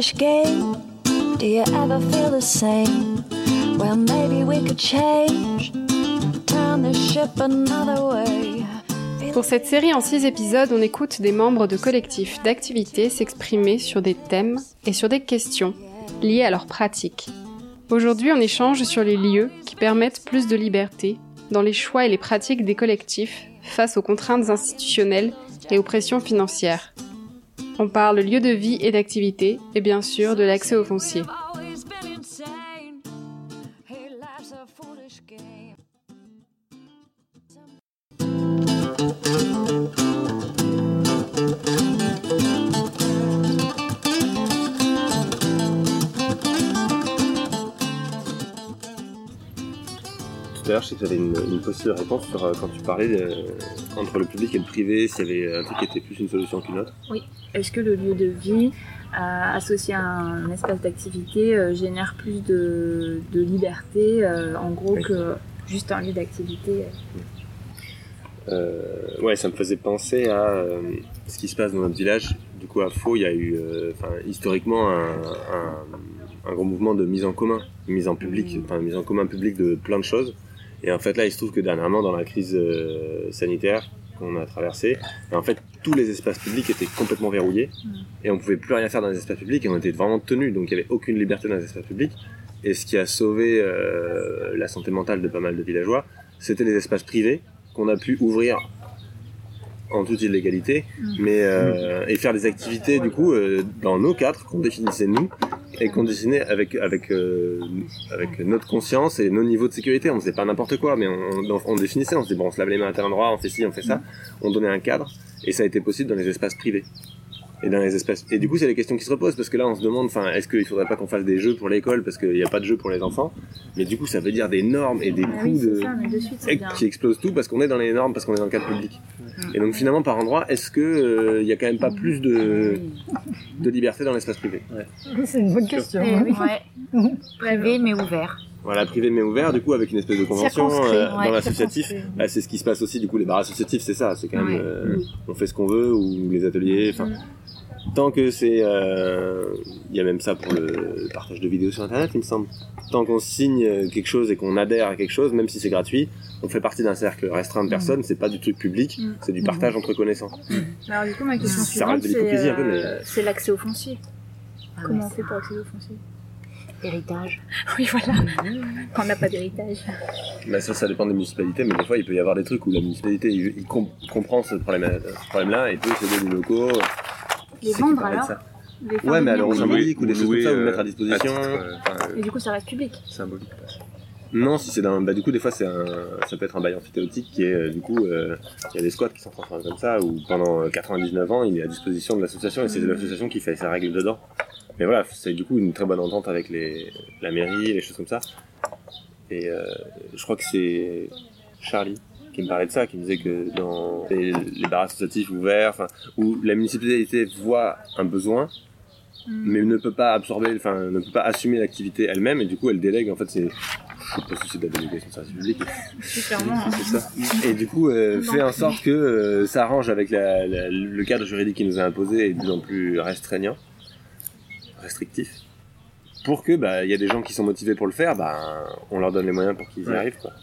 foolish game? Do you ever feel the same? Well, maybe we could change, turn the ship another way. Pour cette série en 6 épisodes, on écoute des membres de collectifs d'activités s'exprimer sur des thèmes et sur des questions liées à leurs pratiques. Aujourd'hui, on échange sur les lieux qui permettent plus de liberté dans les choix et les pratiques des collectifs face aux contraintes institutionnelles et aux pressions financières. On parle lieu de vie et d'activité et bien sûr de l'accès au foncier. Tout à l'heure, je sais que j'avais une possible réponse sur quand tu parlais entre le public et le privé, s'il y avait un truc qui était plus une solution qu'une autre. Oui. Est-ce que le lieu de vie associé à un espace d'activité génère plus de liberté, en gros, oui, que juste un lieu d'activité Ouais, ça me faisait penser à ce qui se passe dans notre village. Du coup, à Faux, il y a eu historiquement un gros mouvement de mise en commun, mise en commun public de plein de choses. Et en fait, là, il se trouve que dernièrement, dans la crise sanitaire qu'on a traversée, en fait, tous les espaces publics étaient complètement verrouillés et on pouvait plus rien faire dans les espaces publics et on était vraiment tenus, donc il n'y avait aucune liberté dans les espaces publics. Et ce qui a sauvé la santé mentale de pas mal de villageois, c'était les espaces privés qu'on a pu ouvrir en toute illégalité, mais et faire des activités du coup dans nos cadres qu'on définissait nous et qu'on dessinait avec notre conscience et nos niveaux de sécurité. On faisait pas n'importe quoi, mais on définissait, on se disait bon, on se lave les mains à tel endroit, on fait ci, on fait ça, on donnait un cadre et ça a été possible dans les espaces privés. Et dans les espaces. Et du coup, c'est les questions qui se reposent parce que là, on se demande, est-ce qu'il faudrait pas qu'on fasse des jeux pour l'école parce qu'il n'y a pas de jeux pour les enfants. Mais du coup, ça veut dire des normes et des coûts qui explosent tout parce qu'on est dans les normes, parce qu'on est dans le cadre public. Et donc finalement, par endroit, est-ce que il y a quand même pas plus de liberté dans l'espace privé? C'est une bonne question. Ouais. Privé mais ouvert. Voilà, privé mais ouvert, du coup, avec une espèce de convention dans l'associatif. Bah, c'est ce qui se passe aussi, du coup, les bars associatifs, c'est ça, c'est quand même, on fait ce qu'on veut, ou les ateliers, tant que c'est, il y a même ça pour le partage de vidéos sur Internet, il me semble. Tant qu'on signe quelque chose et qu'on adhère à quelque chose, même si c'est gratuit, on fait partie d'un cercle restreint de personnes, c'est pas du truc public, c'est du partage entre connaissants. Alors du coup, ma question suivante, c'est l'accès au foncier. Comment on fait pour accéder au foncier? Héritage. Oui, voilà. Quand on n'a pas d'héritage. Bah ça dépend des municipalités, mais des fois il peut y avoir des trucs où la municipalité il comprend ce problème-là et peut céder des locaux. Les vendre alors? Ouais, mais à l'euro symbolique ou des choses comme ça, ou mettre à disposition. Et du coup, ça reste public. Symbolique. Non, si c'est du coup des fois ça peut être un bail amphithéotique qui est du coup il y a des squats qui sont transformés comme ça où pendant 99 ans il est à disposition de l'association et c'est l'association qui fait ses règles dedans. Mais voilà, c'est du coup une très bonne entente avec la mairie, les choses comme ça. Et je crois que c'est Charlie qui me parlait de ça, qui me disait que dans les bars associatifs ouverts, où la municipalité voit un besoin, mais ne peut pas ne peut pas assumer l'activité elle-même, et du coup elle délègue, en fait je sais pas si c'est de la délégation de service public. Sûrement. C'est ça. Et du coup fait en sorte que ça arrange avec le cadre juridique qui nous a imposé et de plus en plus restrictif, pour que y a des gens qui sont motivés pour le faire, on leur donne les moyens pour qu'ils y arrivent, quoi.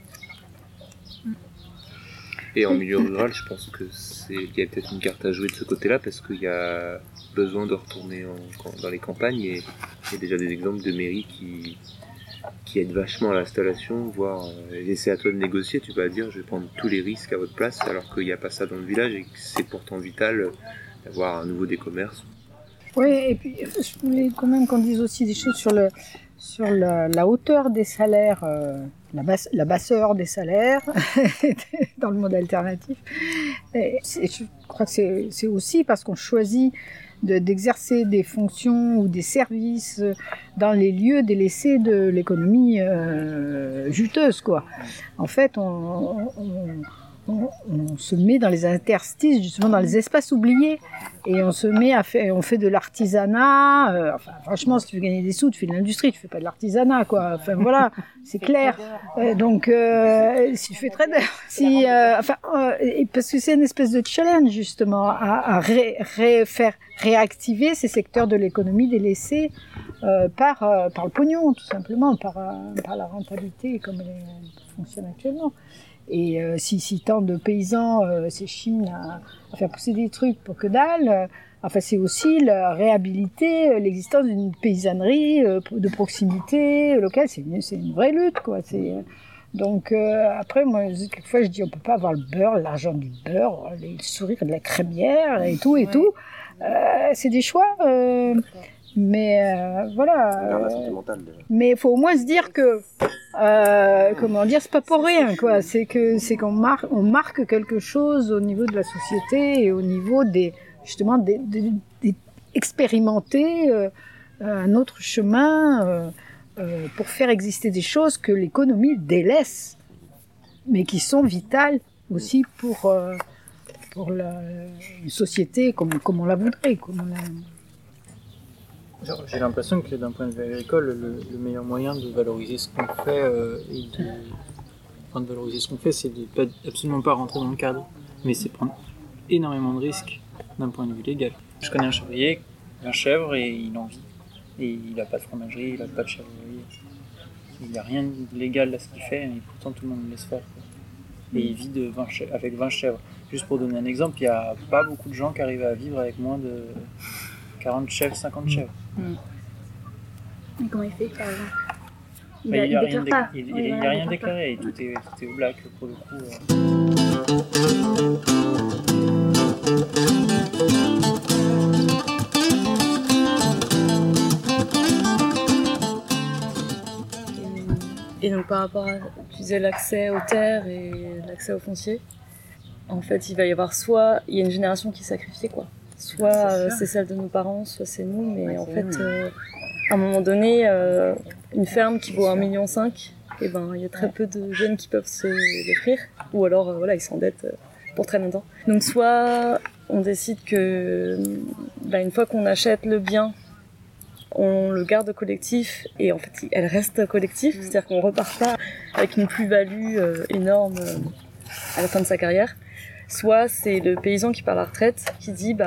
Et en milieu rural, je pense qu'il y a peut-être une carte à jouer de ce côté-là, parce qu'il y a besoin de retourner dans les campagnes, et il y a déjà des exemples de mairies qui aident vachement à l'installation, voire c'est à toi de négocier, tu vas dire je vais prendre tous les risques à votre place, alors qu'il n'y a pas ça dans le village et que c'est pourtant vital d'avoir à nouveau des commerces. Oui, et puis je voulais quand même qu'on dise aussi des choses sur la hauteur des salaires, la basseur des salaires dans le mode alternatif. Et je crois que c'est aussi parce qu'on choisit d'exercer des fonctions ou des services dans les lieux délaissés de l'économie juteuse, quoi. En fait, on se met dans les interstices, justement dans les espaces oubliés, et on se met on fait de l'artisanat. Enfin, franchement, si tu veux gagner des sous, tu fais de l'industrie, tu fais pas de l'artisanat, quoi. Enfin voilà, c'est clair. Donc, si tu fais trader, parce que c'est une espèce de challenge justement à faire réactiver ces secteurs de l'économie délaissés par le pognon, tout simplement, par la rentabilité comme elle fonctionne actuellement. Et si tant de paysans s'échinent à faire pousser des trucs pour que dalle, c'est aussi réhabiliter l'existence d'une paysannerie de proximité locale. C'est une vraie lutte, quoi. Donc après, moi, quelquefois, je dis, on peut pas avoir le beurre, l'argent du beurre, le sourire de la crémière et tout et tout. C'est des choix. Mais voilà. Mais il faut au moins se dire que c'est pas pour rien, quoi. C'est qu'on marque quelque chose au niveau de la société et au niveau des expérimenter un autre chemin pour faire exister des choses que l'économie délaisse, mais qui sont vitales aussi pour une société comme on la voudrait, J'ai l'impression que d'un point de vue agricole, le meilleur moyen de valoriser ce qu'on fait c'est de absolument pas rentrer dans le cadre, mais c'est prendre énormément de risques d'un point de vue légal. Je connais un chèvrier, un chèvre, et il en vit. Et il n'a pas de fromagerie, il n'a pas de chèvrerie. Il n'y a rien de légal à ce qu'il fait, et pourtant tout le monde le laisse faire. Et il vit avec 20 chèvres. Juste pour donner un exemple, il n'y a pas beaucoup de gens qui arrivent à vivre avec moins de 40 chèvres, 50 chèvres. Et comment il fait, par exemple? Il n'y a rien déclaré, et tout est au black pour le coup. Et donc par rapport à, tu disais, l'accès aux terres et l'accès aux fonciers, en fait il va y avoir soit il y a une génération qui est sacrifiée, quoi. Soit c'est celle de nos parents, soit c'est nous, mais en fait à un moment donné une ferme qui vaut 1,5 million, et il y a très peu de jeunes qui peuvent se l'offrir, ou alors ils s'endettent pour très longtemps. Donc soit on décide que une fois qu'on achète le bien, on le garde collectif, et en fait elle reste collective, c'est-à-dire qu'on repart pas avec une plus-value énorme à la fin de sa carrière. Soit c'est le paysan qui part à la retraite qui dit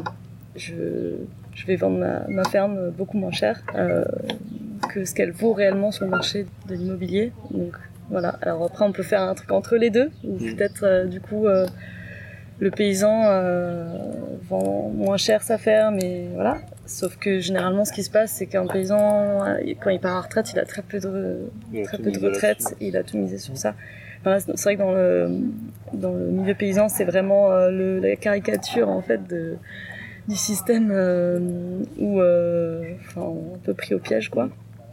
je vais vendre ma ferme beaucoup moins cher que ce qu'elle vaut réellement sur le marché de l'immobilier. Donc voilà. Alors après on peut faire un truc entre les deux, ou peut-être du coup le paysan vend moins cher sa ferme, et voilà. Sauf que généralement ce qui se passe, c'est qu'un paysan, quand il part à la retraite, il a très peu de retraite, et il a tout misé sur ça. Enfin, c'est vrai que dans le milieu paysan, c'est vraiment la caricature en fait du système où un peu pris au piège, quoi.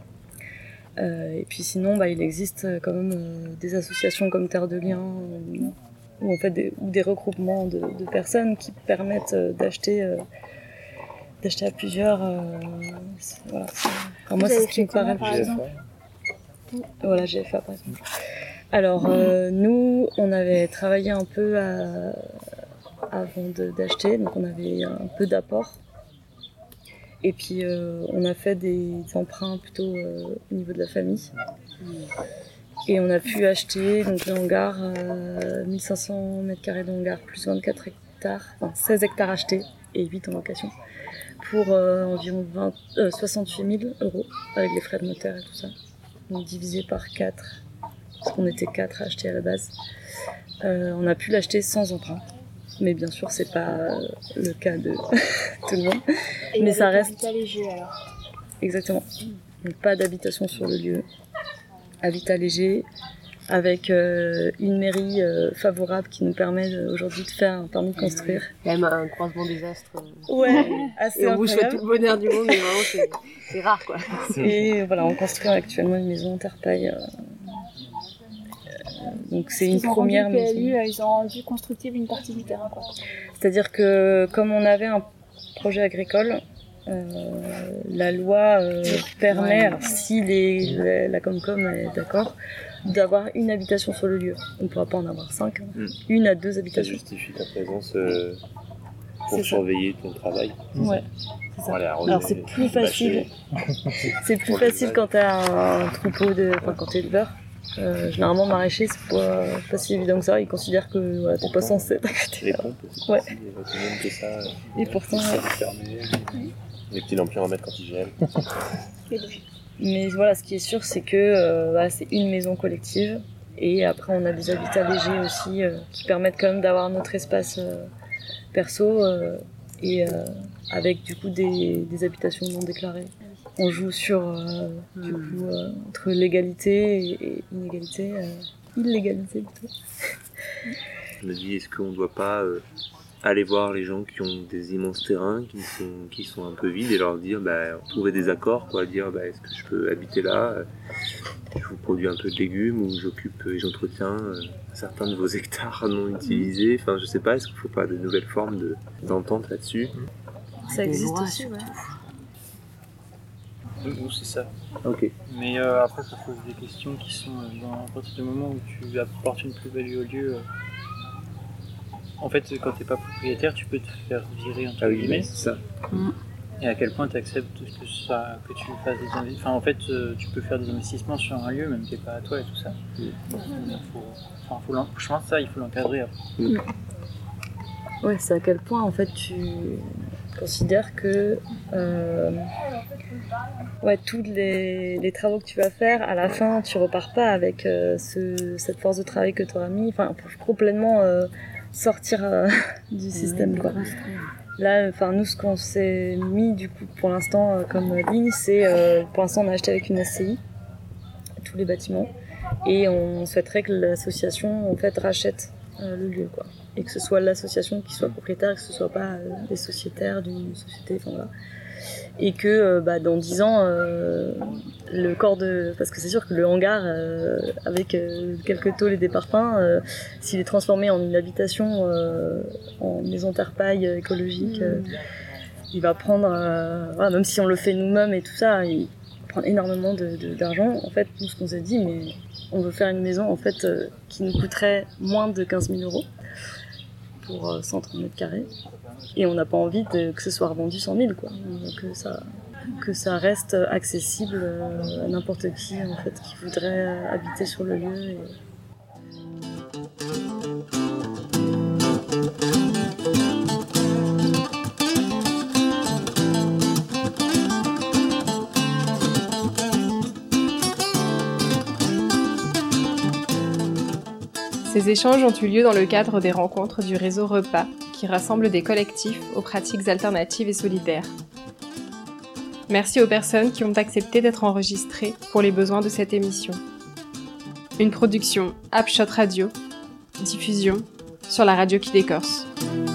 Et puis sinon, il existe quand même des associations comme Terre de Liens, ou en fait des regroupements de personnes qui permettent d'acheter à plusieurs. Voilà. Alors moi, c'est ce qui me paraît le plus. Voilà, GFA par exemple. Alors nous, on avait travaillé un peu avant d'acheter, donc on avait un peu d'apport. Et puis on a fait des emprunts plutôt au niveau de la famille. Et on a pu acheter donc le hangar, 1500 m² de hangar, plus 24 hectares, 16 hectares achetés et 8 en location, pour environ 68 000 € avec les frais de notaire et tout ça. Donc divisé par 4, parce qu'on était 4 à acheter à la base. On a pu l'acheter sans emprunt. Mais bien sûr, c'est pas le cas de tout le monde. Et mais ça reste habitat léger alors. Exactement. Donc pas d'habitation sur le lieu. Habitat léger, avec une mairie favorable qui nous permet aujourd'hui de faire un permis de construire. Quand même un croisement des astres. Ouais, assez et on incroyable. vous souhaite tout le bonheur du monde, mais vraiment c'est rare, quoi. Et voilà, on construit actuellement une maison en terre-paille. Donc c'est une première maison. Ils ont rendu constructive une partie du terrain, quoi. C'est-à-dire que comme on avait un projet agricole, la loi permet, alors si la Comcom est d'accord, d'avoir une habitation sur le lieu. On ne pourra pas en avoir 5, une à 2 Ça habitations. justifie ta présence pour C'est ça. surveiller ton travail. Ouais, c'est Pour ça. aller arroser, Alors c'est plus facile. C'est plus facile quand t'as un troupeau quand t'es éleveur. Généralement maraîcher c'est pas si évident que ça. Ils considèrent que voilà, t'es pas censé être à côté. Les pompes, c'est Ouais. aussi, même que ça. Et pourtant, Les petits lampions à mettre quand ils gèlent. mais voilà, ce qui est sûr, c'est que c'est une maison collective. Et après, on a des habitats légers aussi qui permettent quand même d'avoir notre espace perso et avec du coup des habitations non déclarées. On joue sur du coup entre légalité et inégalité, illégalité plutôt. Je me dis, est-ce qu'on ne doit pas aller voir les gens qui ont des immenses terrains qui sont un peu vides et leur dire, trouver des accords, quoi, dire est-ce que je peux habiter là, je vous produis un peu de légumes ou j'occupe et j'entretiens certains de vos hectares non utilisés. Enfin, je sais pas, est-ce qu'il ne faut pas de nouvelles formes d'entente là-dessus? Ça existe aussi, ouais. Nous, c'est ça. Ok. Mais après, ça pose des questions qui sont, à partir du moment où tu apportes une plus-value au lieu, en fait, quand t'es pas propriétaire, tu peux te faire virer entre guillemets. C'est ça. Et à quel point tu acceptes que tu fasses des investissements. Enfin, en fait, tu peux faire des investissements sur un lieu, même si c'est pas à toi et tout ça. Mais je pense que ça, il faut l'encadrer après. Ouais, c'est à quel point en fait tu considères que tous les travaux que tu vas faire, à la fin, tu repars pas avec cette force de travail que tu auras mis, pour complètement sortir du système, quoi. Là, nous, ce qu'on s'est mis du coup pour l'instant comme ligne, c'est pour l'instant on a acheté avec une SCI tous les bâtiments et on souhaiterait que l'association en fait rachète le lieu, quoi, et que ce soit l'association qui soit propriétaire, que ce soit pas les sociétaires d'une société, voilà. Et que dans 10 ans le corps parce que c'est sûr que le hangar avec quelques tôles et des parpaings, s'il est transformé en une habitation en maison terre-paille écologique, il va prendre même si on le fait nous-mêmes et tout ça, il va prendre énormément d'argent. En fait, nous, ce qu'on s'est dit, mais on veut faire une maison en fait qui nous coûterait moins de 15 000 € pour 130 mètres carrés. Et on n'a pas envie que ce soit revendu 100 000, quoi. Que ça reste accessible à n'importe qui, en fait, qui voudrait habiter sur le lieu. Ces échanges ont eu lieu dans le cadre des rencontres du réseau Repas, qui rassemble des collectifs aux pratiques alternatives et solidaires. Merci aux personnes qui ont accepté d'être enregistrées pour les besoins de cette émission. Une production Upshot Radio, diffusion sur la radio qui décorce.